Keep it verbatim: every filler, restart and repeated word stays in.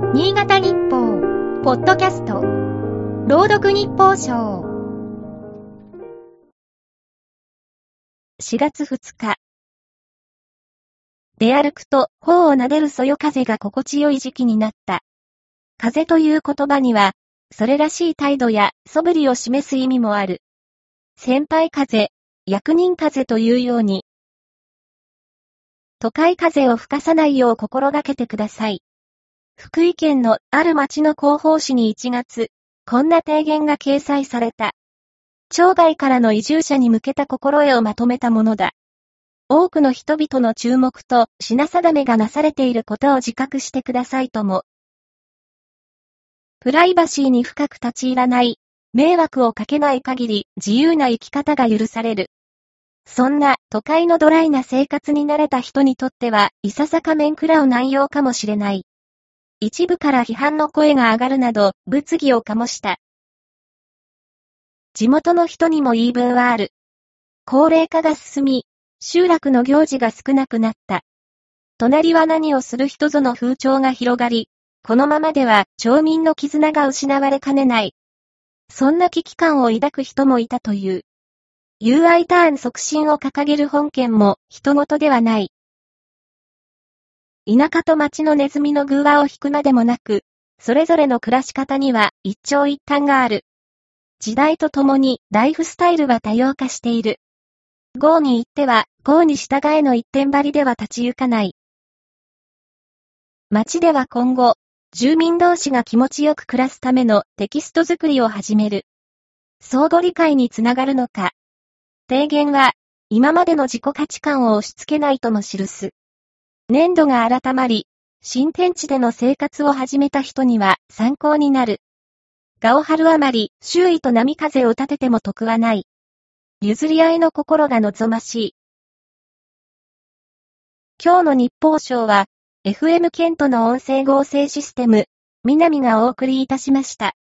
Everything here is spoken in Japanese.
新潟日報、ポッドキャスト、朗読日報賞。しがつふつか。出歩くと頬を撫でるそよ風が心地よい時期になった。風という言葉には、それらしい態度や素振りを示す意味もある。先輩風、役人風というように、都会風を吹かさないよう心がけてください。福井県のある町の広報誌にいちがつ、こんな提言が掲載された。町外からの移住者に向けた心得をまとめたものだ。多くの人々の注目と品定めがなされていることを自覚してくださいとも。プライバシーに深く立ち入らない、迷惑をかけない限り自由な生き方が許される。そんな都会のドライな生活に慣れた人にとってはいささか面食らう内容かもしれない。一部から批判の声が上がるなど物議を醸した。地元の人にも言い分はある。高齢化が進み、集落の行事が少なくなった。隣は何をする人ぞの風潮が広がり、このままでは町民の絆が失われかねない。そんな危機感を抱く人もいたという。ユーアイ ターン促進を掲げる本県も人事ではない。田舎と町のネズミの偶話を引くまでもなく、それぞれの暮らし方には一長一短がある。時代とともにライフスタイルは多様化している。郷に行っては郷に従えの一点張りでは立ち行かない。町では今後、住民同士が気持ちよく暮らすためのテキスト作りを始める。相互理解につながるのか。提言は、今までの自己価値観を押し付けないとも記す。年度が改まり、新天地での生活を始めた人には参考になる。我を張るあまり、周囲と波風を立てても得はない。譲り合いの心が望ましい。今日の日報賞は、エフエム ケントの音声合成システム、南がお送りいたしました。